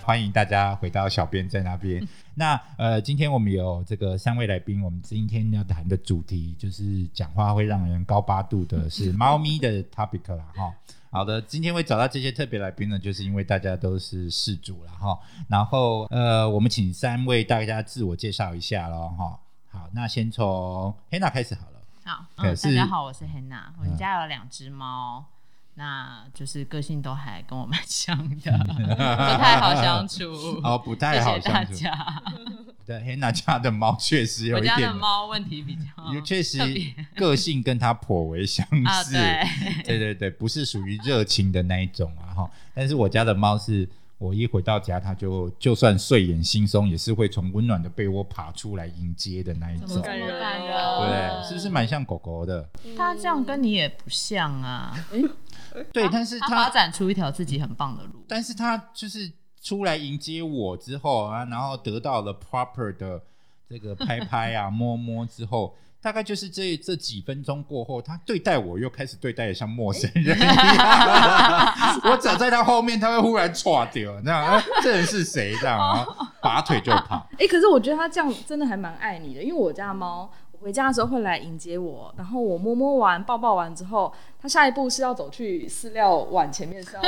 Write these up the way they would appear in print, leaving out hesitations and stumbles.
欢迎大家回到小编在那边。那今天我们有这个3位来宾，我们今天要谈的主题就是讲话会让人高八度的是猫咪的 topic 啦好的，今天会找到这些特别来宾呢，就是因为大家都是事主啦然后我们请3位大家自我介绍一下咯好，那先从 Hannah 开始好了。 好，大家好，我是 Hannah， 我们家有2只猫，那就是个性都还跟我蛮像的，不太好相处不太好相处，谢谢大家。对 Hannah 家的猫确实有一点， 我家的猫问题比较确实个性跟它颇为相似对，不是属于热情的那一种但是我家的猫是我一回到家它就算睡眼惺忪也是会从温暖的被窝爬出来迎接的那一种， 感人对，是不是蛮像狗狗的？ 它这样跟你也不像啊对，但是它发展出一条自己很棒的路， 但是它就是出来迎接我之后然后得到了 proper 的这个拍拍摸摸之后，大概就是这几分钟过后，他对待我又开始对待得像陌生人一样我走在他后面，他会忽然唰掉这样这人是谁这样拔腿就跑可是我觉得他这样真的还蛮爱你的，因为我家的猫回家的时候会来迎接我，然后我摸摸完抱抱完之后，他下一步是要走去饲料碗前面是要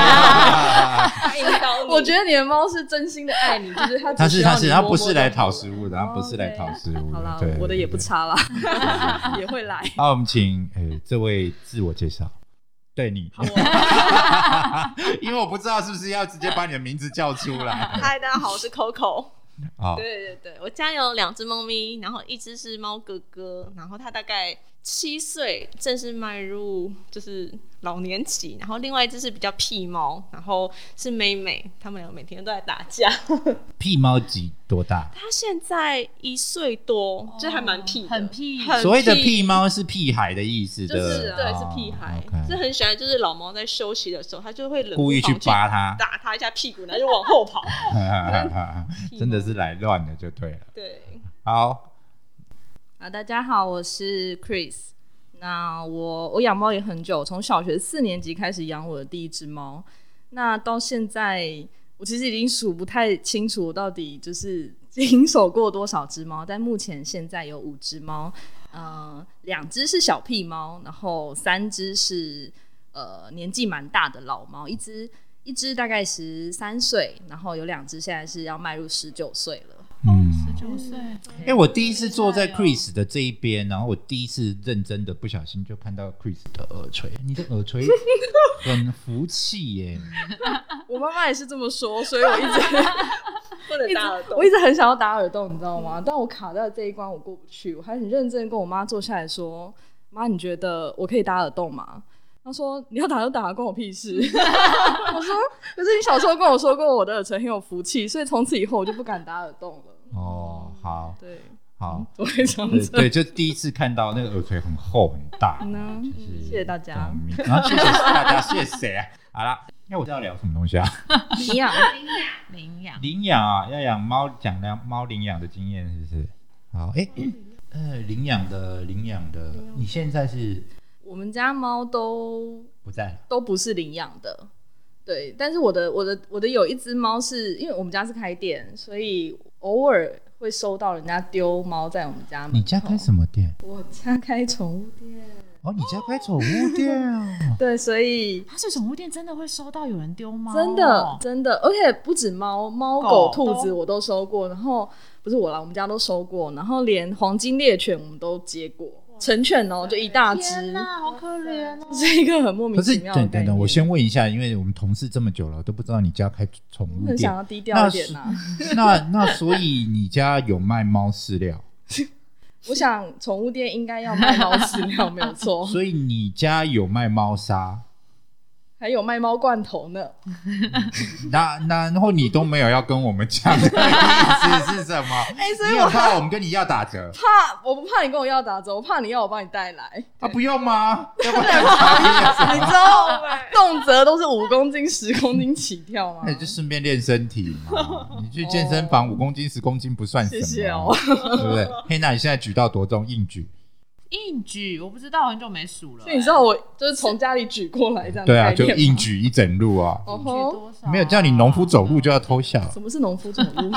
我觉得你的猫是真心的爱你，就是他只需要你摸摸他不是来讨食物的，他不是来讨食物的。 好啦，我的也不差啦也会来。 好，我们请这位自我介绍。对你因为我不知道是不是要直接把你的名字叫出来嗨，大家好，我是 Coco。 对， 我家有2只猫咪，然后一只是猫哥哥，然后他大概7岁，正式迈入就是老年期，然后另外一只是比较屁猫，然后是妹妹，他们两个每天都在打架屁猫多大？ 他现在1岁多，就还蛮屁的， 很屁。 所谓的屁猫是屁孩的意思的， 就是对，是屁孩，是很喜欢，就是老猫在休息的时候，他就会故意去扒他， 打他一下屁股，然后就往后跑真的是来乱的就对了。 对， 好大家好，我是 Chris。那我养猫也很久，从小学4年级开始养我的第一只猫。那到现在，我其实已经数不太清楚我到底就是经手过多少只猫，但目前现在有5只猫，2只是小屁猫，然后3只是年纪蛮大的老猫，一只大概13岁，然后有2只现在是要迈入19岁了。 19岁， 我第一次坐在 Chris 的这一边，然后我第一次认真的不小心就看到 Chris 的耳垂，你的耳垂很福气耶我妈妈也是这么说，所以我一直不能打耳洞， 我一直很想要打耳洞，你知道吗？但我卡在这一关我过不去，我还很认真跟我妈坐下来说，妈，你觉得我可以打耳洞吗？她说你要打就打，关我屁事我说可是你小时候跟我说过我的耳垂很有福气，所以从此以后我就不敢打耳洞了。 好， 对， 好， 对， 就第一次看到那个耳垂很厚很大就是谢谢大家， 然后谢谢大家谢谢谁好啦，我要聊什么东西领养要养猫，讲猫领养的经验是不是？好，领养的，你现在是？ 我们家猫都不在， 都不是领养的。对，但是我的有一只猫是因为我们家是开店，所以偶尔会收到人家丢猫在我们家门口。 你家开什么店？ 我家开宠物店。 你家开宠物店啊？ 对，所以它是宠物店，真的会收到有人丢猫， 真的，而且不止猫狗兔子我都收过，然后不是我啦，我们家都收过，然后连黄金猎犬我们都接过。成犬就一大只， 天哪，好可怜是一个很莫名其妙的概念。 等，我先问一下，因为我们同事这么久了，都不知道你家开宠物店， 很想要低调一点那所以你家有卖猫饲料？ 我想宠物店应该要卖猫饲料没有错。 所以你家有卖猫砂？ 还有卖猫罐头呢然后你都没有要跟我们讲的意思是什么？ 所以你有怕我们跟你要打折？ 我不怕你跟我要打折，我怕你要我帮你带来不用吗？要不然你知道动辄都是5公斤10公斤起跳吗？ 那你就顺便练身体嘛你去健身房5公斤10公斤不算什么， 谢谢对不对？Hannah 你现在举到多重？硬举硬举我不知道，很久没数了。 所以你知道我就是从家里举过来这样的对啊， 概念吗就硬举一整路啊。 哦硬举吼， 多少？ 没有叫你农夫走路就要偷笑， 什么是农夫走路？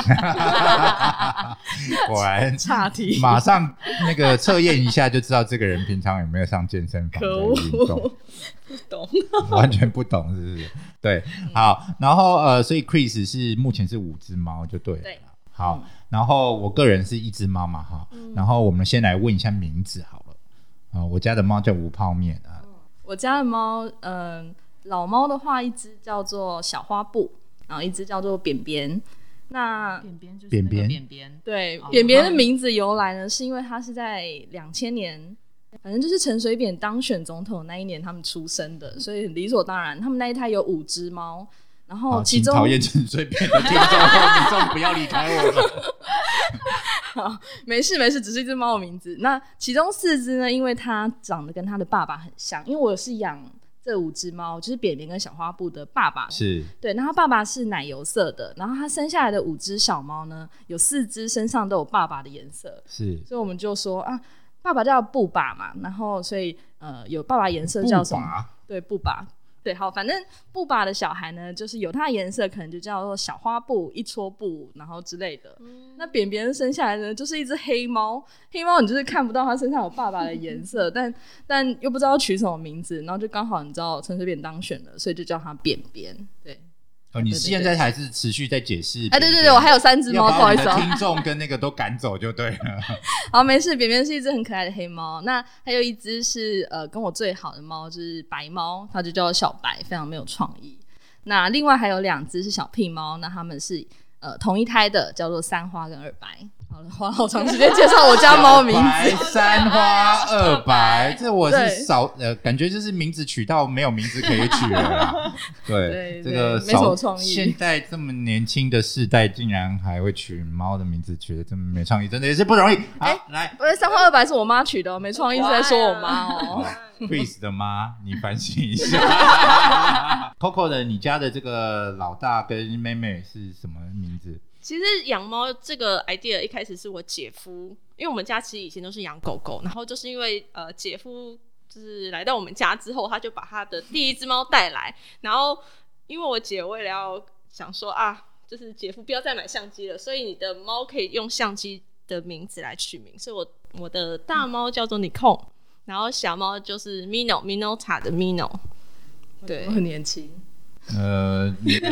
果然岔题， 马上那个测验一下就知道这个人平常有没有上健身房可恶在运动， 不懂。 完全不懂是不是？对，好，然后所以 Chris 是目前是5只猫就对了。 对， 好，然后我个人是1只猫嘛哈，然后我们先来问一下名字好了。我家的猫叫无泡面啊。 我家的猫，老猫的话，一只叫做小花布，然后一只叫做扁扁。那扁扁就是扁扁那个扁扁， 对哦扁扁的名字由来呢，是因为它是在2000年，反正就是陈水扁当选总统那一年他们出生的，所以很理所当然，他们那一胎有5只猫，然后其中请讨厌陈水扁的听众或民众不要离开我们。 好，没事没事，只是一只猫的名字。那其中4只呢，因为它长得跟它的爸爸很像，因为我是养这5只猫，就是扁扁跟小花布的爸爸是对，那他爸爸是奶油色的，然后他生下来的5只小猫呢，有4只身上都有爸爸的颜色， 是所以我们就说啊，爸爸叫布爸嘛，然后所以有爸爸颜色叫什么？对，布爸。对，好，反正布爸的小孩呢，就是有它的颜色，可能就叫做小花布、一撮布，然后之类的。那扁扁生下来呢，就是一只黑猫。黑猫你就是看不到它身上有爸爸的颜色，但又不知道取什么名字，然后就刚好你知道陈水扁当选了，所以就叫它扁扁。对。 你现在还是持续在解释？ 对对对，我还有3只猫，不好意思， 听众跟那个都赶走就对了。 好，没事。扁扁是一只很可爱的黑猫，那还有一只是跟我最好的猫，就是白猫，它就叫小白，非常没有创意。那另外还有2只是小屁猫，那它们是同一胎的，叫做3花跟2白。好了，花好长时间介绍我家猫名字。 3花2白，这我是少感觉就是名字取到没有名字可以取了啦。对，这个没什么创意。 现在这么年轻的世代，竟然还会取猫的名字，取得这么没创意，真的也是不容易。好，来 ，3花2白是我妈取的哦，没创意是在说我妈哦。 Chris 的妈，你反省一下。Coco 的，你家的这个老大跟妹妹是什么名字？ 其实养猫这个 idea 一开始是我姐夫，因为我们家其实以前都是养狗狗，然后就是因为姐夫就是来到我们家之后，他就把他的第1只猫带来，然后因为我姐为了要想说啊，就是姐夫不要再买相机了，所以你的猫可以用相机的名字来取名，所以我的大猫叫做 Nicole， 然后小猫就是 Minota 的 Mino， 对， 我很年轻。 跟那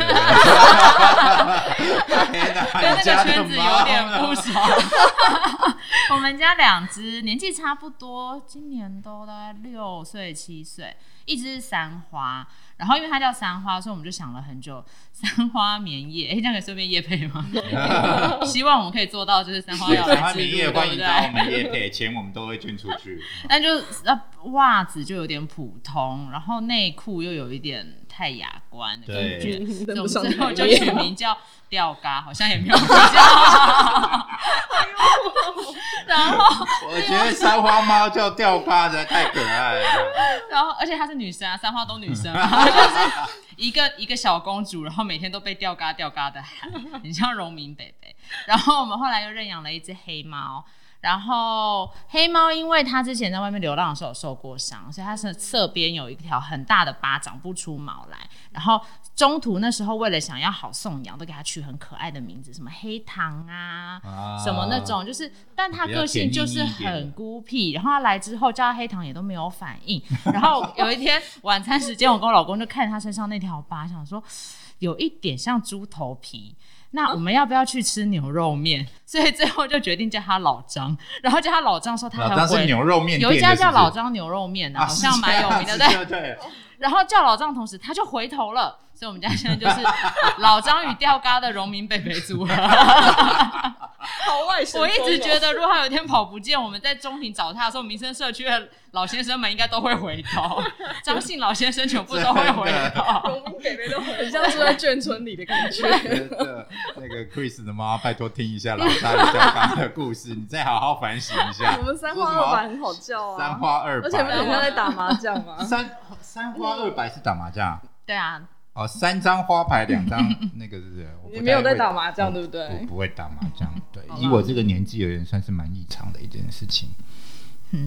个圈子有点不熟。我们家2只年纪差不多，今年都大概6岁7岁，一只是3花，然后因为它叫3花，所以我们就想了很久，3花棉叶，这样可以顺便业配吗？希望我们可以做到，就是3花要来棉叶，欢迎找我们业配，钱我们都会捐出去。 但就袜子就有点普通，然后内裤又有一点太雅观的感觉，所以我们最后就取名叫吊嘎，好像也没有比较。然后我觉得3花猫叫吊嘎实在太可爱了。 然后而且她是女生啊，3花都女生啊，就是一个小公主，然后每天都被吊嘎吊嘎的喊，很像荣民北北。然后我们后来又认养了一只黑猫。然后黑猫因为它之前在外面流浪的时候有受过伤，所以它是侧边有一条很大的疤，长不出毛来。然后中途那时候为了想要好送养，都给它取很可爱的名字，什么黑糖啊什么那种，就是但它个性就是很孤僻。然后它来之后叫它黑糖也都没有反应。然后有一天晚餐时间，我跟我老公就看它身上那条疤，想说有一点像猪头皮。那我们要不要去吃牛肉面？所以最后就决定叫他老张，然后叫他老张的时候，他还老张是牛肉面店， 有一家叫老张牛肉面的，好像蛮有名的， 对。 然后叫老张的同时，他就回头了，所以我们家现在就是老张与吊嘎的荣民北北组合。 好外省， 我一直觉得，如果他有一天跑不见，我们在中庭找他的时候，民生社区的老先生们应该都会回头，张姓老先生全部都会回头， 荣民北北都很像住在眷村里的感觉。 那个 Chris 的妈，拜托听一下老大与吊嘎的故事，你再好好反省一下。 我们3花2白很好叫啊 ，3花2白， 而且不是很像在打麻将吗 ？3花2白是打麻将？ 对啊。 3张花牌2张那个是不是？ 你没有在打麻将对不对？ 我不会打麻将，对，以我这个年纪而言，算是蛮异常的一件事情。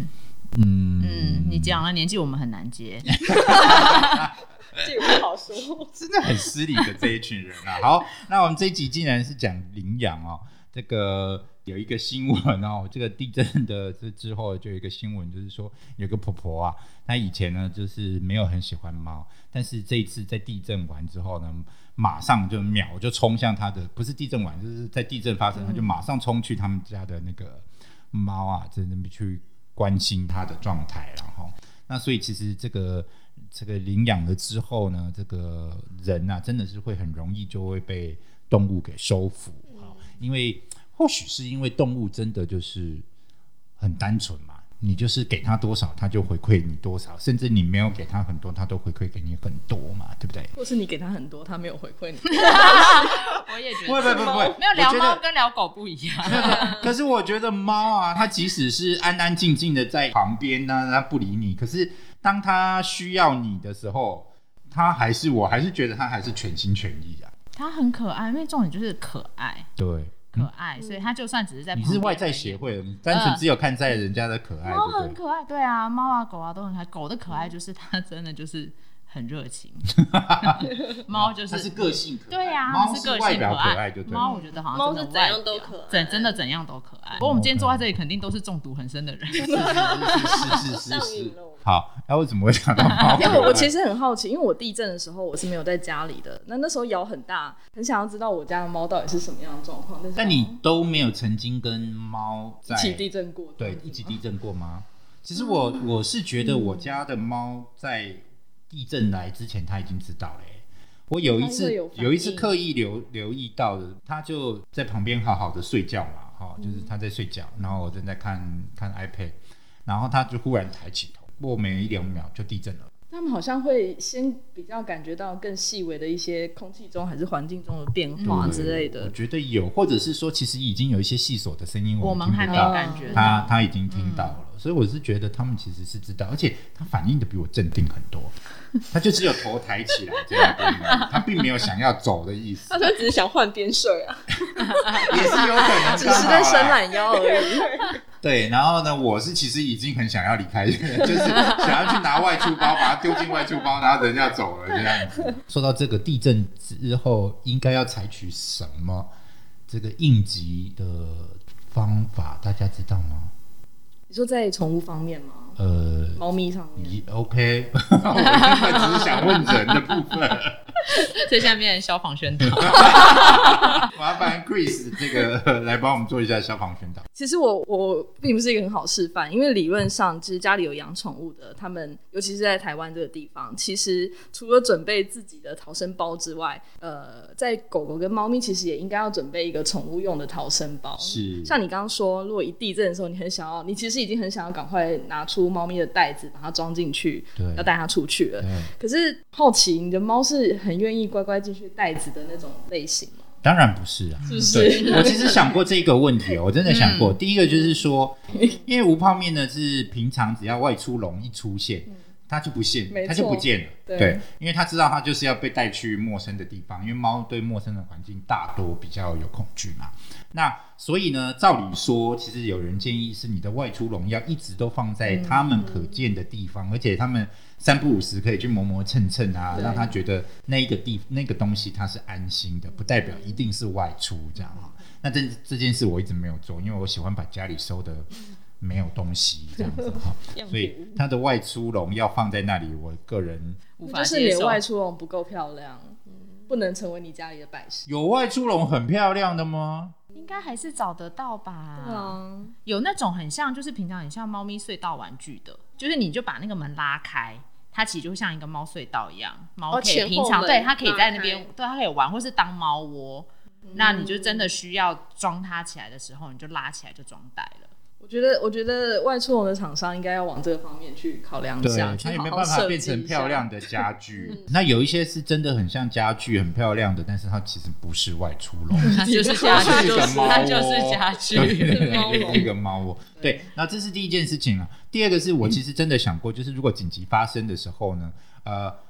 你讲了年纪我们很难接。 这个不好说。 真的很失礼的这一群人啊。好，那我们这一集竟然是讲领养哦。这个有一个新闻哦，这个地震的之后就有一个新闻，就是说有个婆婆啊，她以前呢就是没有很喜欢猫，但是这一次在地震完之后呢，马上就秒就冲向她的，不是地震完，就是在地震发生，她就马上冲去他们家的那个猫啊，真的去关心它的状态，然后那所以其实这个领养了之后呢，这个人啊真的是会很容易就会被动物给收服。因为或许是因为动物真的就是很单纯嘛，你就是给它多少它就回馈你多少，甚至你没有给它很多它都回馈给你很多嘛，对不对？ 或是你给它很多它没有回馈你。 我也觉得不会， 没有聊猫跟聊狗不一样。 可是我觉得猫啊，它即使是安安静静的在旁边呢，它不理你，可是当它需要你的时候，我还是觉得它还是全心全意啊。 它很可爱，因为重点就是可爱。 对， 可爱，所以它就算只是在旁边， 你是外在协会的，你单纯只有看在人家的可爱。 猫很可爱，对啊，猫啊狗啊都很可爱。狗的可爱就是它真的就是很热情，猫就是它是个性可爱， 对啊， 猫是个性外表可爱就对。 猫我觉得好像猫是怎样都可愛， 真的怎样都可爱。不过我们今天坐在这里，肯定都是中毒很深的人。 是。 上瘾了。 好，那为什么会讲到猫？ 因为我其实很好奇，因为我地震的时候我是没有在家里的，那时候摇很大，很想要知道我家的猫到底是什么样的状况。 但你都没有曾经跟猫在一起地震过？ 对，一起地震过吗？其实我是觉得我家的猫在地震来之前它已经知道了。我有一次刻意留意到的，它就在旁边好好的睡觉嘛，就是它在睡觉，然后我正在看 iPad， 然后它就忽然抬起头，过没1-2秒就地震了。 他们好像会先比较感觉到更细微的一些空气中还是环境中的变化之类的。 我觉得有，或者是说其实已经有一些细琐的声音我们还没感觉到，他已经听到了，所以我是觉得他们其实是知道，而且他反应的比我镇定很多。他就只有头抬起来这样，他并没有想要走的意思。 他只是想换边睡啊， 也是有可能， 只是在伸懒腰而已。 对，然后呢，我是其实已经很想要离开，就是想要去拿外出包，把它丢进外出包，然后人家走了这样子。说到这个地震之后，应该要采取什么这个应急的方法，大家知道吗？ 你说在宠物方面吗？猫咪上面。 OK， 我原本只是想问人的部分。 所以现在变成消防宣导。 麻烦 Chris 这个来帮我们做一下消防宣导。 其实我并不是一个很好示范，因为理论上就是家里有养宠物的，他们尤其是在台湾这个地方，其实除了准备自己的逃生包之外，在狗狗跟猫咪其实也应该要准备一个宠物用的逃生包。 是， 像你刚刚说，如果一地震的时候，你其实已经很想要赶快拿出猫咪的袋子，把它装进去，要带它出去了。可是好奇，你的猫是很愿意乖乖进去袋子的那种类型吗？ 当然不是啊， 是不是？ 我其实想过这个问题我真的想过。第一个就是说，因为无泡面呢是平常只要外出笼一出现，它就不见，它就不见了。对，因为它知道它就是要被带去陌生的地方，因为猫对陌生的环境大多比较有恐惧嘛。那所以呢，照理说，其实有人建议是你的外出笼要一直都放在他们可见的地方，而且他们3不5时可以去磨磨蹭蹭啊，让他觉得那个东西他是安心的，不代表一定是外出这样啊。那这件事我一直没有做，因为我喜欢把家里收的没有东西这样子哈，所以他的外出笼要放在那里，我个人无法接受。 就是你的外出笼不够漂亮，不能成为你家里的摆饰。 有外出笼很漂亮的吗？ 应该还是找得到吧。 对啊， 有那种很像，就是平常很像猫咪隧道玩具的，就是你就把那个门拉开，它其实就像一个猫隧道一样，猫可以平常对它可以在那边，对它可以玩，或是当猫窝。那你就真的需要装它起来的时候，你就拉起来就装袋了。 我觉得外出笼的厂商应该要往这个方面去考量一下， 它也没办法变成漂亮的家具。那有一些是真的很像家具，很漂亮的，但是它其实不是外出笼， 它就是家具，它就是家具， 一个猫窝。对，那这是第一件事情啊。第二个是我其实真的想过，就是如果紧急发生的时候呢，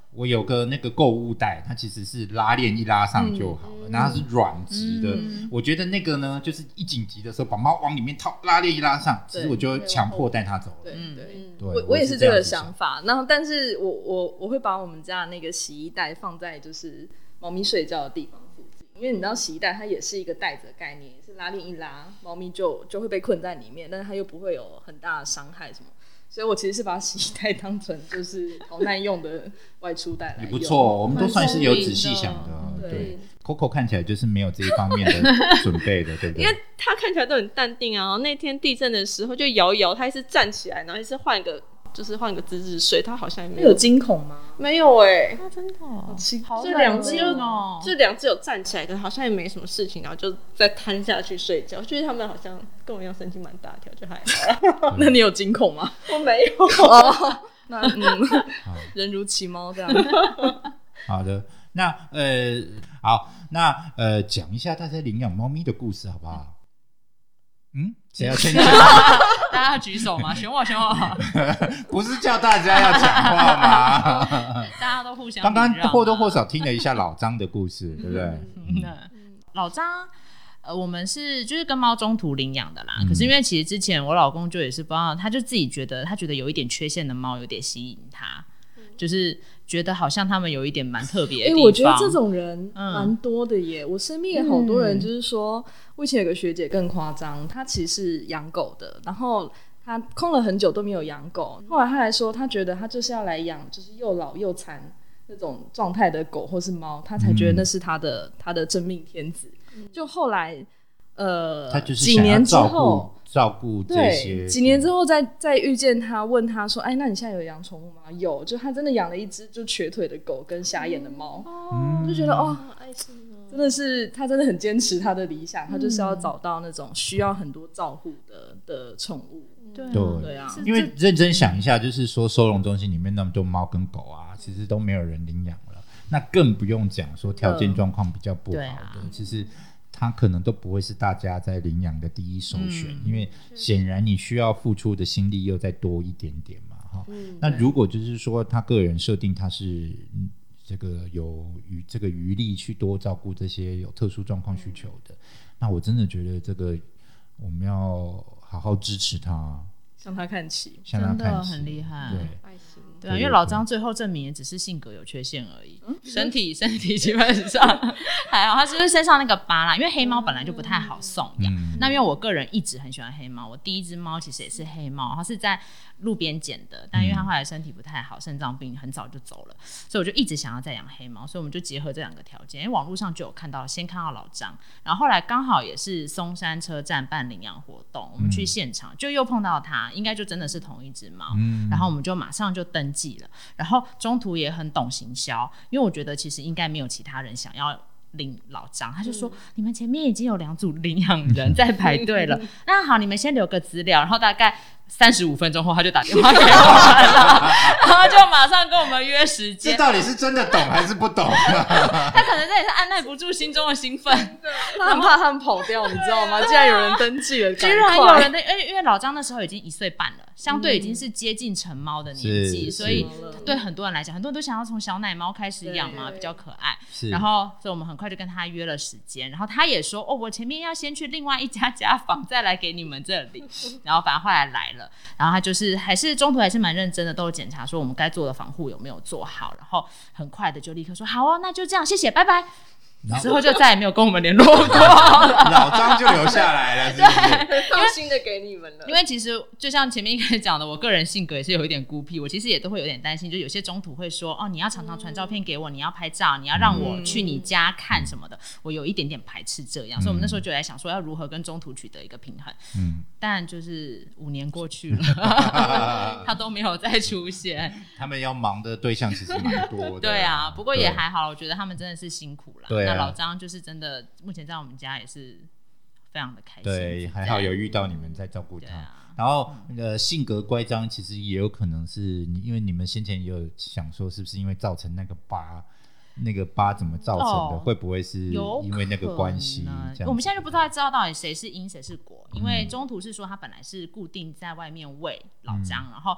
我有个那个购物袋，它其实是拉链一拉上就好了，然后它是软质的。我觉得那个呢，就是一紧急的时候把猫往里面套，拉链一拉上，其实我就强迫带它走了。 对，我也是这个想法。然后，但是我会把我们家的那个洗衣袋放在就是猫咪睡觉的地方附近，因为你知道洗衣袋它也是一个袋子的概念，也是拉链一拉，猫咪就会被困在里面，但是它又不会有很大的伤害什么。所以我其实是把洗衣袋当成就是逃难用的外出袋来用， 也不错，我们都算是有仔细想的。对 ，Coco 看起来就是没有这一方面的准备的，对不对？ 因为他看起来都很淡定啊。那天地震的时候就摇一摇，他还是站起来，然后还是换个姿势睡。他好像也没有惊恐吗？ 没有哎、 啊，真的哦， 这两只哦， 这两只有站起来，可是好像也没什么事情，然后就再瘫下去睡觉。我觉得他们好像跟我一样神经蛮大条，就还好。 那你有惊恐吗？ 我没有。 那人如其猫这样。 好的，那好，那讲一下大家领养猫咪的故事好不好？谁要先讲？ 大家要举手吗？选我。 不是叫大家要讲话吗？ 大家都互相刚刚或多或少听了一下老张的故事，对不对？ 老张，我们是就是跟猫中途领养的啦。可是因为其实之前我老公就也是不知道，他就自己觉得有一点缺陷的猫有点吸引他，就是觉得好像他们有一点蛮特别的地方。 我觉得这种人蛮多的耶。我身边也好多人，就是说，我以前有个学姐更夸张，她其实是养狗的，然后她空了很久都没有养狗，后来她来说，她觉得她就是要来养，就是又老又残那种状态的狗或是猫，她才觉得那是她的真命天子。就后来他就是几年之后照顾这些， 对，几年之后再遇见他，问他说：“哎，那你现在有养宠物吗？”有，就他真的养了一只就瘸腿的狗跟瞎眼的猫，就觉得爱心哦， 真的是他真的很坚持他的理想，他就是要找到那种需要很多照顾的宠物。对啊， 因为认真想一下，就是说收容中心里面那么多猫跟狗啊，其实都没有人领养了，那更不用讲说条件状况比较不好的，其实它可能都不会是大家在领养的第一首选，因为显然你需要付出的心力又再多一点点嘛。那如果就是说他个人设定他是这个有这个余力去多照顾这些有特殊状况需求的，那我真的觉得这个我们要好好支持他， 向他看齐， 真的很厉害。对啊，因为老张最后证明也只是性格有缺陷而已，身体基本上还好，他只是身上那个疤啦。因为黑猫本来就不太好送养，那因为我个人一直很喜欢黑猫，我第一只猫其实也是黑猫，它是在路边捡的，但因为它后来身体不太好，肾脏病很早就走了，所以我就一直想要再养黑猫，所以我们就结合这两个条件。因为网络上就有先看到老张，然后后来刚好也是松山车站办领养活动，我们去现场就又碰到他，应该就真的是同一只猫，然后我们就马上就登记了，然后中途也很懂行销，因为我觉得其实应该没有其他人想要领老张，他就说你们前面已经有2组领养人在排队了，那好，你们先留个资料，然后大概35分钟后他就打电话给我们了，然后就马上跟我们约时间。 这到底是真的懂还是不懂？ 他可能这也是按耐不住心中的兴奋， 他很怕他们跑掉，你知道吗？既然有人登记了， 居然有人因为老张那时候已经1岁半了，相对已经是接近成猫的年纪，所以对很多人来讲，很多人都想要从小奶猫开始养嘛，比较可爱。然后所以我们很快就跟他约了时间，然后他也说我前面要先去另外一家家访，再来给你们这里。然后反正后来来了，然后他就是中途还是蛮认真的，都有检查说我们该做的防护有没有做好，然后很快的就立刻说好那就这样，谢谢，拜拜。之后就再也没有跟我们联络过了， 老张就留下来了，是不是？ 放心的给你们了。 因为其实就像前面一开始讲的，我个人性格也是有一点孤僻，我其实也都会有点担心，就有些中途会说你要常常传照片给我，你要拍照，你要让我去你家看什么的，我有一点点排斥这样，所以我们那时候就在想说要如何跟中途取得一个平衡。但就是5年过去了，他都没有再出现。 他们要忙的对象其实蛮多的。 对啊，不过也还好，我觉得他们真的是辛苦了。 对啊， 那老张就是真的，目前在我们家也是非常的开心。 对，还好有遇到你们在照顾他。然后性格乖张，其实也有可能是因为你们先前也有想说，是不是因为造成那个疤怎么造成的？会不会是因为那个关系？ 我们现在就不知道到底谁是因谁是果，因为中途是说他本来是固定在外面喂老张，然后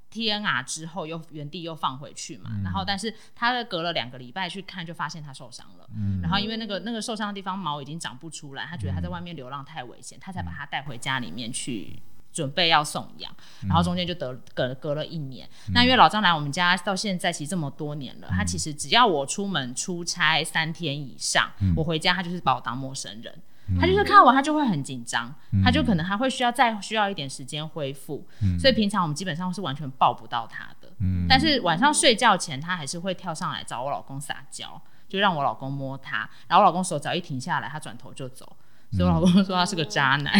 TNR 之后又原地又放回去嘛，然后但是他隔了2个礼拜去看，就发现他受伤了，然后因为那个受伤的地方毛已经长不出来，他觉得他在外面流浪太危险，他才把他带回家里面去准备要送养，然后中间就隔了1年。那因为老张来我们家到现在其实这么多年了，他其实只要我出门出差3天以上，我回家他就是把我当陌生人。他就是看完他就会很紧张，他就可能还会再需要一点时间恢复，所以平常我们基本上是完全抱不到他的，但是晚上睡觉前他还是会跳上来找我老公撒娇，就让我老公摸他，然后我老公手只要一停下来他转头就走，所以我老公说他是个渣男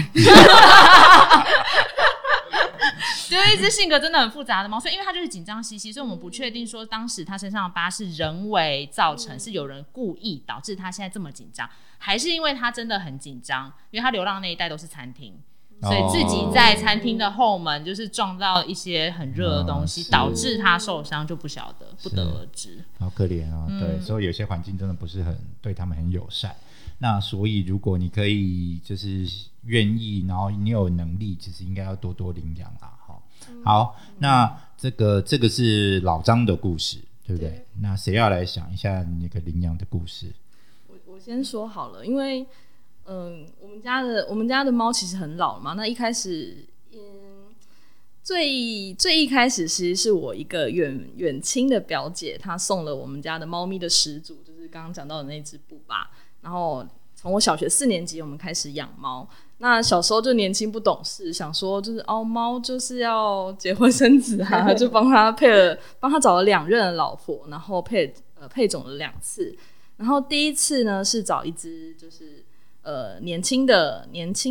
就是一只性格真的很复杂的猫，所以因为它就是紧张兮兮，所以我们不确定说当时它身上的疤是人为造成，是有人故意导致它现在这么紧张，还是因为它真的很紧张，因为它流浪那一带都是餐厅，所以自己在餐厅的后门就是撞到一些很热的东西，导致它受伤，就不晓得，不得而知。 好可怜哦，对，所以有些环境真的不是很对他们很友善。那所以如果你可以就是愿意，然后你有能力，其实应该要多多领养啦。好，那这个是老张的故事，对不 对？那谁要来想一下那个领养的故事？ 我先说好了，因为我们家的猫其实很老嘛。那一开始，最一开始其实是我一个远亲的表姐，她送了我们家的猫咪的始祖，就是刚刚讲到的那只布巴。然后从我小学4年级我们开始养猫。那小时候就年轻不懂事，想说就是猫就是要结婚生子啊，就帮他找了2任的老婆，然后配种了2次。然后第一次呢是找一只就是年轻的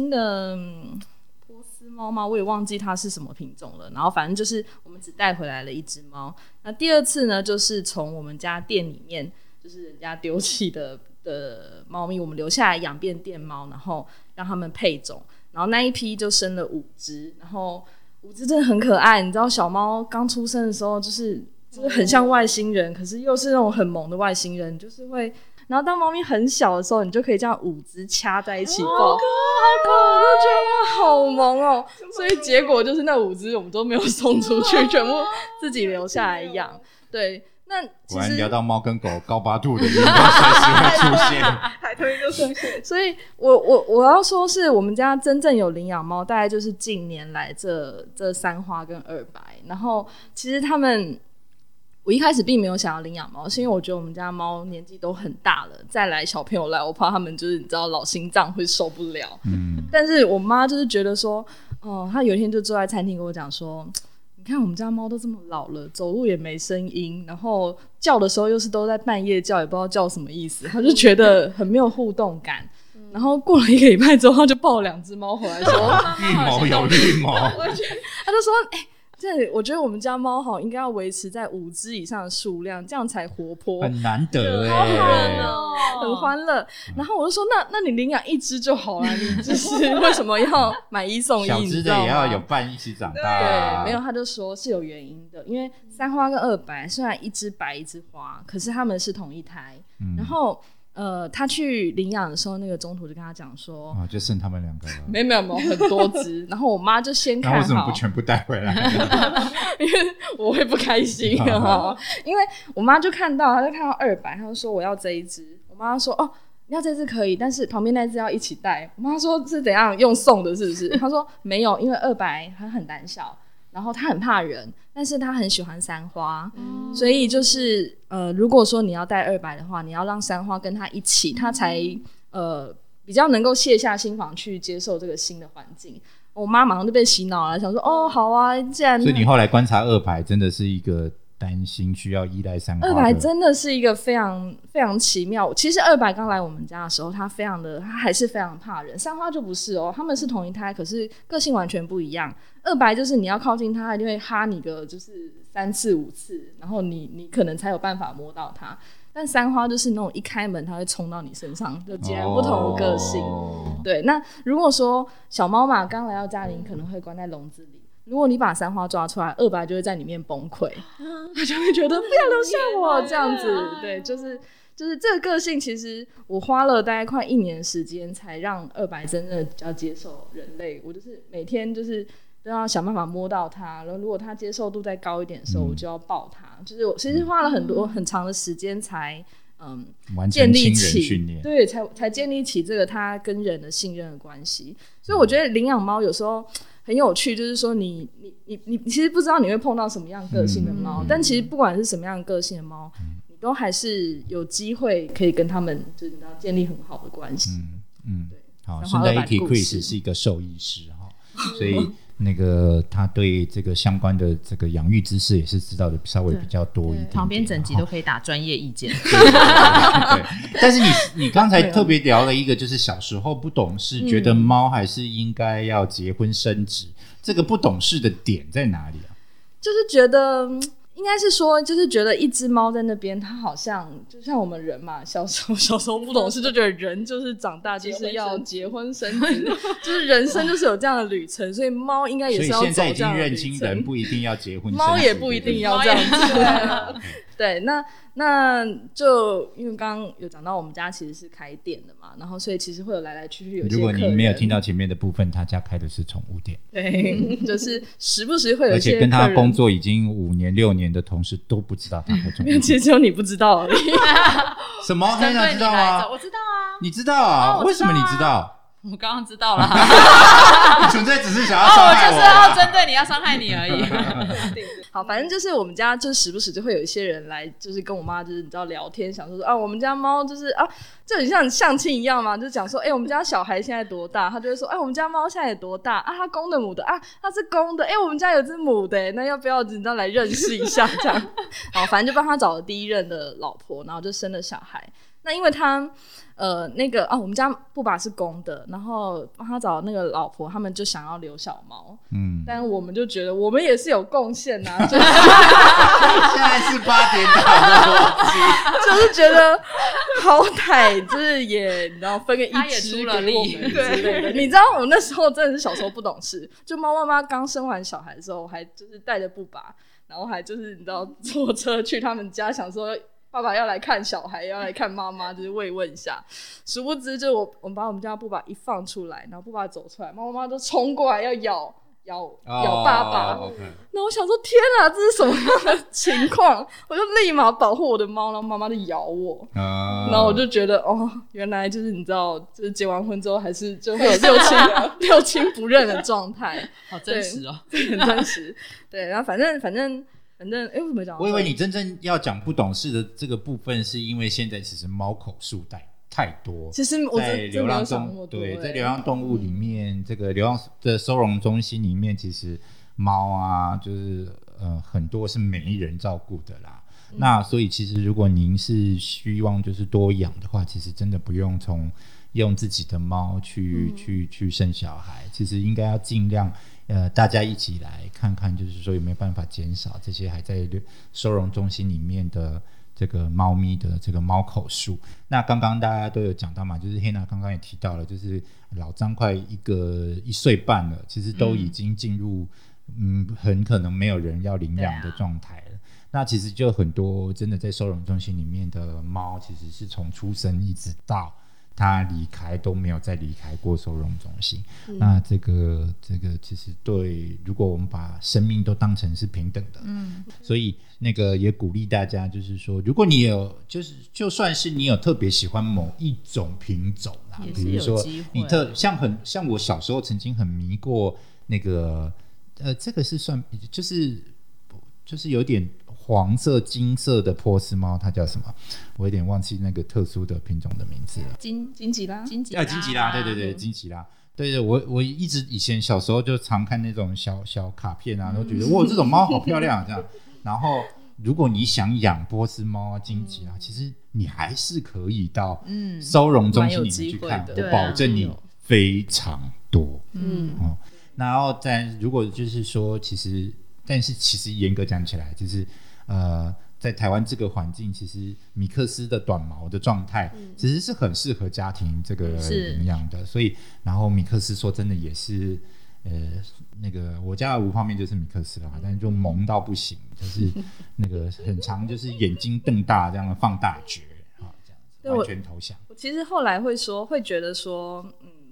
波斯猫吗？我也忘记它是什么品种了。然后反正就是我们只带回来了1只猫。那第2次呢就是从我们家店里面就是人家丢弃的猫咪，我们留下来养变电猫，然后让他们配种，然后那一批就生了5只，然后5只真的很可爱。你知道小猫刚出生的时候就是很像外星人，可是又是那种很萌的外星人，就是会。然后当猫咪很小的时候，你就可以这样5只掐在一起抱，好可爱，我就觉得好萌哦。所以结果就是那5只我们都没有送出去，全部自己留下来养。对。那果然聊到猫跟狗，高八度的运动随时会出现， 海豚就出现。 所以我要说是我们家真正有领养猫，大概就是近年来这三花跟2白。然后其实我一开始并没有想要领养猫，是因为我觉得我们家猫年纪都很大了，再来小朋友来，我怕他们就是你知道老心脏会受不了。但是我妈就是觉得说，她有一天就坐在餐厅跟我讲说。你看我们家猫都这么老了，走路也没声音，然后叫的时候又是都在半夜叫，也不知道叫什么意思，他就觉得很没有互动感。然后过了1个礼拜之后，他就抱2只猫回来说预谋有预谋， 他就说我觉得我们家猫好应该要维持在5只以上的数量，这样才活泼， 很难得好人哦，很欢乐。然后我就说那你领养1只就好了，你就是为什么要买1送1？ 小只的也要有伴一起长大。 对，没有，他就说是有原因的，因为3花跟2白虽然1只白1只花，可是他们是同一胎。然后他去领养的时候，那个中途就跟他讲说， 就剩他们2个了。 没有很多只，然后我妈就先看好。 那为什么不全部带回来？ 因为我会不开心因为我妈就看到2白，她就说我要这一只。我妈说你要这只可以，但是旁边那只要一起带。我妈说是怎样用送的，是不是？她说没有，因为2白它很胆小。然后他很怕人，但是他很喜欢3花，所以就是如果说你要带2白的话，你要让3花跟他一起，他才比较能够卸下心防去接受这个新的环境。我妈马上就被洗脑了，想说好啊，既然所以你后来观察2白真的是一个担心需要依赖3花的。 2白真的是一个非常非常奇妙。其实2白刚来我们家的时候，他还是非常怕人。3花就不是他们是同一胎，可是个性完全不一样。2白就是你要靠近他，他一定会哈你个就是3次5次，然后你可能才有办法摸到他。但3花就是那种一开门他会冲到你身上，就截然不同的个性。对，那如果说小猫嘛刚来到家里，你可能会关在笼子里。如果你把3花抓出来，2白就会在里面崩溃，他就会觉得不要留下我这样子。对，就是这个个性，其实我花了大概快1年的时间，才让2白真正的比较接受人类。我就是每天就是都要想办法摸到它，然后如果它接受度再高一点的时候，我就要抱它。就是我其实花了很长的时间才建立起，对，才建立起这个它跟人的信任的关系。所以我觉得领养猫有时候很有趣，就是说你其实不知道你会碰到什么样个性的猫，但其实不管是什么样个性的猫，你都还是有机会可以跟他们就是你知道建立很好的关系。对。 好，顺带一提 ，Chris 是一个兽医师所以那个他对这个相关的这个养育知识也是知道的稍微比较多一点点， 旁边整集都可以打专业意见。 对，但是你刚才特别聊了一个，就是小时候不懂事，觉得猫还是应该要结婚生子，这个不懂事的点在哪里啊？ 就是觉得应该是说，就是觉得一只猫在那边，它好像就像我们人嘛，小时候不懂事，就觉得人就是长大就是要结婚生子，就是人生就是有这样的旅程，所以猫应该也是要走这样的旅程。 所以现在已经认清人不一定要结婚生子， 猫也不一定要这样子。对，那就因为刚刚有讲到我们家其实是开店的嘛，然后所以其实会有来来去去有些客人。 如果你没有听到前面的部分，他家开的是宠物店。 对，就是时不时会有一些客人， 而且跟他工作已经5年6年的同事都不知道他开宠物店。 其实只有你不知道而已。 什么？黑娜知道吗？ 我知道啊。 你知道啊？为什么你知道？ 我刚刚知道了。 你纯粹只是想要伤害我就是要针对你，要伤害你而已。 好，反正就是我们家就时不时就会有一些人来，就是跟我妈就是你知道聊天，想说啊我们家猫就是啊，就很像相亲一样嘛，就讲说我们家小孩现在多大，他就会说我们家猫现在也多大啊，它公的母的啊，它是公的，我们家有只母的，那要不要你知道来认识一下这样？好，反正就帮他找了第一任的老婆，然后就生了小孩。那因为他那个我们家布爸是公的，然后帮他找那个老婆，他们就想要留小猫，但我们就觉得我们也是有贡献呐，就是现在是8点档的就是觉得好歹就是也你知道分个一只给我们之类的。你知道我那时候真的是小时候不懂事，就猫妈妈刚生完小孩的时候，还就是带着布爸，然后还就是你知道坐车去他们家，想说爸爸要来看小孩，要来看妈妈，就是慰问一下。殊不知，就我们把我们家布爸一放出来，然后布爸走出来，妈妈都冲过来要咬爸爸。那我想说，天啊，这是什么样的情况？我就立马保护我的猫，然后妈妈就咬我。然后我就觉得，原来就是你知道，就是结完婚之后还是就会有六亲不认的状态， 好真实哦， 对，很真实。对，然后反正。为什么讲？ 我以为你真正要讲不懂事的这个部分，是因为现在其实猫口数太多。 其实我在流浪在流浪动物里面，这个流浪的收容中心里面，其实猫啊，就是很多是没人照顾的啦。那所以其实如果您是希望就是多养的话，其实真的不用用自己的猫去生小孩，其实应该要尽量。大家一起来看看，就是说有没有办法减少这些还在收容中心里面的这个猫咪的这个猫口数。那刚刚大家都有讲到嘛，就是黑娜刚刚也提到了，就是老张快1岁半了，其实都已经进入很可能没有人要领养的状态了。那其实就很多真的在收容中心里面的猫，其实是从出生一直到他离开都没有再离开过收容中心。那这个其实对，如果我们把生命都当成是平等的，所以那个也鼓励大家，就是说，如果你有就算是你有特别喜欢某一种品种啦，比如说你像我小时候曾经很迷过那个这个是算就是有点黄色金色的波斯猫，它叫什么？我有点忘记那个特殊的品种的名字了。 金吉拉， 金吉拉，对，金吉拉。对，我一直以前小时候就常看那种小卡片啊，都觉得哇，这种猫好漂亮这样。然后如果你想养波斯猫啊、金吉拉，其实你还是可以到收容中心里面去看，我保证你非常多。然后如果就是说，但是其实严格讲起来，就是在台湾这个环境，其实米克斯的短毛的状态其实是很适合家庭这个领养的。所以然后米克斯说真的也是那个我家的无方面就是米克斯啦，但是就萌到不行，就是那个很常就是眼睛瞪大这样的放大绝这样子完全投降。 我其实后来会觉得说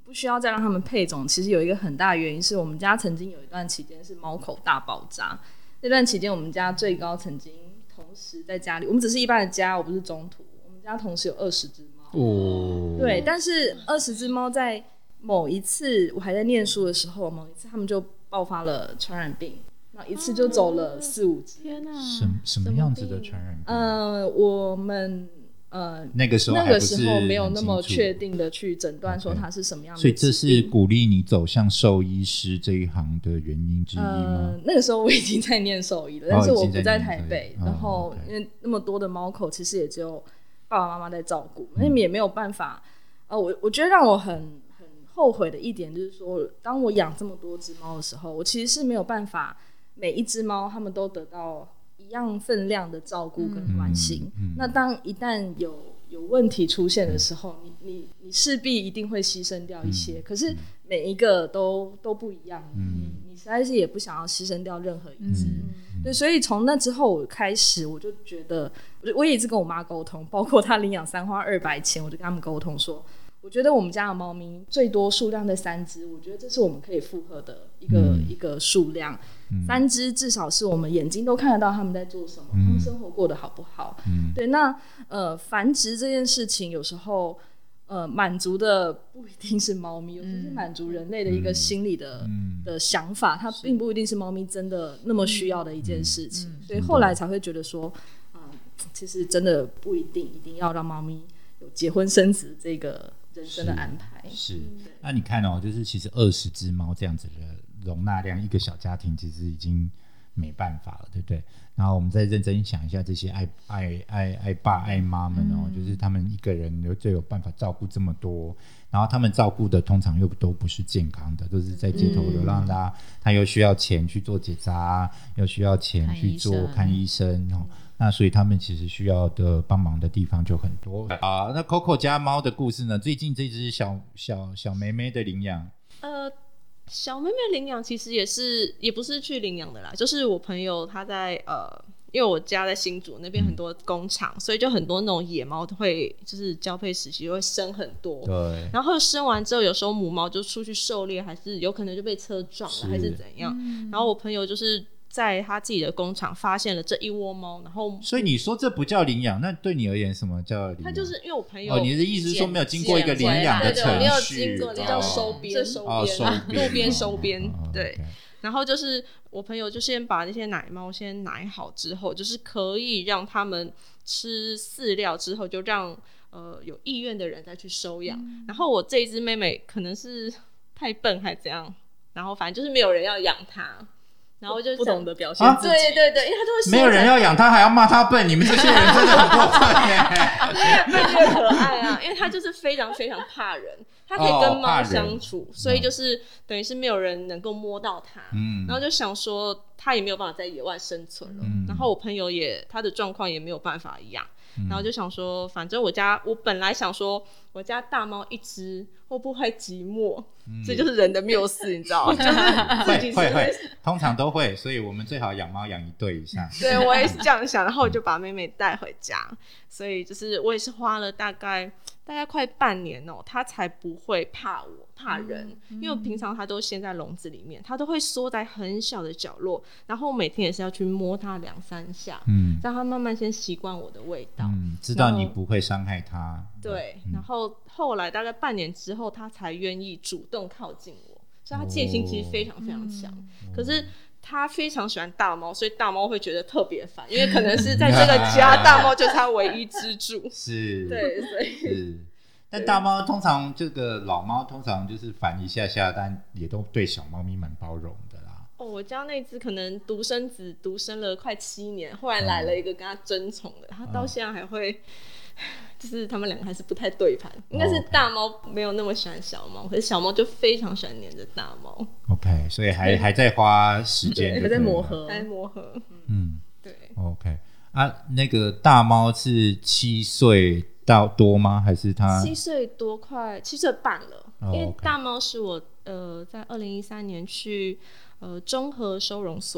不需要再让他们配种，其实有一个很大的原因是我们家曾经有一段期间是猫口大爆炸。那段期间我们家最高曾经同时在家里，我们只是一般的家，我不是中途，我们家同时有20只猫。对，但是20只猫在某一次我还在念书的时候，某一次他们就爆发了传染病，然后一次就走了4-5只。 天哪！ 什么样子的传染病？ 我们那个时候没有那么确定的去诊断说它是什么样的疾病， 所以这是鼓励你走向兽医师这一行的原因之一吗？ 那个时候我已经在念兽医了，但是我不在台北，然后因为那么多的猫口，其实也只有爸爸妈妈在照顾，那也没有办法。我觉得让我很后悔的一点就是说，当我养这么多只猫的时候，我其实是没有办法每一只猫它们都得到一样分量的照顾跟关心。那当一旦有问题出现的时候，你势必一定会牺牲掉一些，可是每一个都不一样，你实在是也不想要牺牲掉任何一只。对，所以从那之后我开始，我就觉得我也一直跟我妈沟通，包括她领养3花200前，我就跟他们沟通说，我觉得我们家的猫咪最多数量在3只，我觉得这是我们可以负荷的一个数量。3只至少是我们眼睛都看得到他们在做什么，他们生活过得好不好。对，那繁殖这件事情有时候满足的不一定是猫咪，有时候是满足人类的一个心理的想法，它并不一定是猫咪真的那么需要的一件事情。所以后来才会觉得说其实真的不一定要让猫咪有结婚生子这个人生的安排。 是那你看就是其实20只猫这样子的容纳量，一个小家庭其实已经没办法了，对不对？然后我们再认真想一下这些爱爸爱妈们就是他们一个人就有办法照顾这么多，然后他们照顾的通常又都不是健康的，都是在街头流浪的他又需要钱去做结扎，又需要钱去做看医生那所以他们其实需要的帮忙的地方就很多那 Coco 家猫的故事呢？最近这只小妹妹的领养， 小妹妹领养其实也不是去领养的啦，就是我朋友他在因为我家在新竹那边很多工厂，所以就很多那种野猫会就是交配时期会生很多， 对， 然后生完之后有时候母猫就出去狩猎，还是有可能就被车撞了还是怎样，然后我朋友就是在他自己的工厂发现了这一窝猫，然后所以你说这不叫领养，那对你而言什么叫领养？ 他就是因为我朋友你的意思是说没有经过一个领养的程序， 没有经过叫收编，路边收编对。然后就是我朋友就先把那些奶猫先奶好之后，就是可以让他们吃饲料之后，就让有意愿的人再去收养。然后我这一只妹妹可能是太笨还怎样，然后反正就是没有人要养它。然后就不懂得表现自己， 对，因为他都会没有人要养他，还要骂他笨，你们这些人真的很过分耶！ 越可爱啊，因为他就是非常非常怕人，他可以跟猫相处，所以就是等于是没有人能够摸到他。然后就想说他也没有办法在野外生存了。然后我朋友他的状况也没有办法养。然后就想说反正我本来想说我家大猫一只会不会寂寞，这就是人的谬思，你知道吗？就是会通常都会，所以我们最好养猫养1对以上。 对，我也是这样想，然后我就把妹妹带回家，所以就是我也是花了大概快半年她才不会怕人，因为我平常她都陷在笼子里面，她都会缩在很小的角落，然后我每天也是要去摸她2-3下，让她慢慢先习惯我的味道， 知道你不会伤害她。 对，然后后来大概半年之后，她才愿意主动靠近我，所以她戒心其实非常非常强。可是他非常喜欢大猫，所以大猫会觉得特别烦，因为可能是在这个家大猫就是他唯一支柱。 是， 对，所以是。但大猫通常这个老猫通常就是烦一下下，但也都对小猫咪蛮包容的啦。 我家那只可能独生子独生了快7年，后来来了一个跟他争宠的，他到现在还会。就是他们两个还是不太对盘，应该是大猫没有那么喜欢小猫，可是小猫就非常喜欢黏着大猫。 OK， 所以还在花时间， 还在磨合， 对。 OK 那个大猫是7岁到多吗？还是它 7岁多，快7岁半了？因为大猫是我在2013年去中和收容所。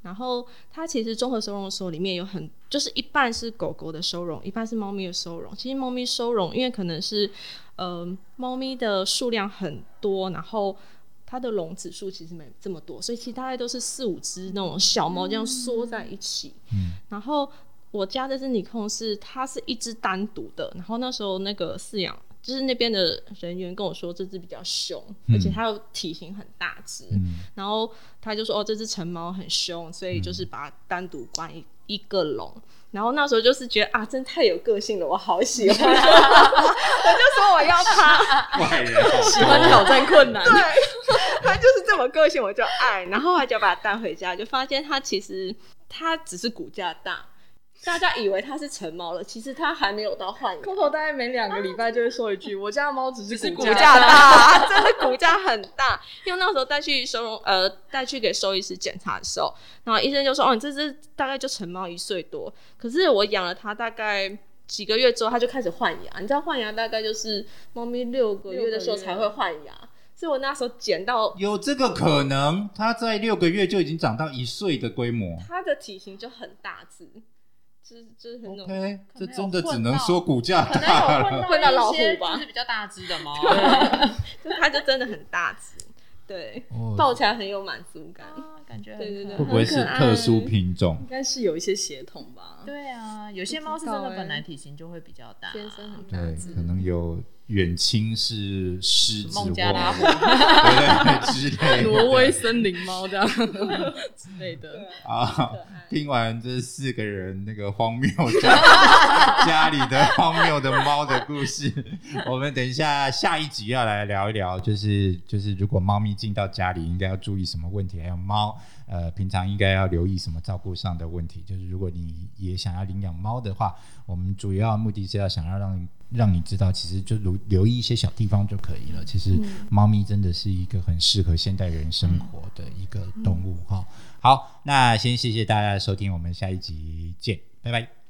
然后它其实综合收容所里面有就是一半是狗狗的收容，一半是猫咪的收容。其实猫咪收容，因为可能是猫咪的数量很多，然后它的笼子数其实没这么多，所以其实大概都是4-5只那种小猫这样缩在一起。然后我家这只尼控它是一只单独的，然后那时候那个饲养就是那边的人员跟我说这只比较凶，而且它的体型很大只，然后他就说这只成猫很凶，所以就是把它单独关一个笼。然后那时候就是觉得真太有个性了，我好喜欢我就说我要它喜欢挑战困难。 对，它就是这么个性，我就爱。然后我就把它带回家，就发现它其实它只是骨架大，大家以为它是成猫了，其实它还没有到换牙。 Coco 大概每2个礼拜就会说一句我家的猫只是骨架大真的骨架很大。因为那时候带去给兽医师检查的时候，然后医生就说你这只大概就成猫1岁多，可是我养了它大概几个月之后它就开始换牙。你知道换牙大概就是猫咪6个月的时候才会换牙，所以我那时候捡到有这个可能，它在6个月就已经长到1岁的规模， 它的体型就很大只，就是很种 OK， 这真的只能说骨架大了， 混到老虎吧， 就是比较大只的猫， 就它就真的很大只，对，抱起来很有满足感， 感觉很对对对， 会不会是特殊品种？ 应该是有一些血统吧。 对啊，有些猫是真的本来体型就会比较大， 天生很大对， 只， 可能有远亲是狮子孟加拉虎对之类的挪威森林猫这样之类的听完这4个人那个荒谬家里的荒谬的猫的故事，我们等一下一集要来聊一聊，就是如果猫咪进到家里应该要注意什么问题，还有猫平常应该要留意什么照顾上的问题。就是如果你也想要领养猫的话，我们主要目的是要想要让你知道，其实就留意一些小地方就可以了。其实猫咪真的是一个很适合现代人生活的一个动物。好，那先谢谢大家的收听，我们下一集见，拜拜。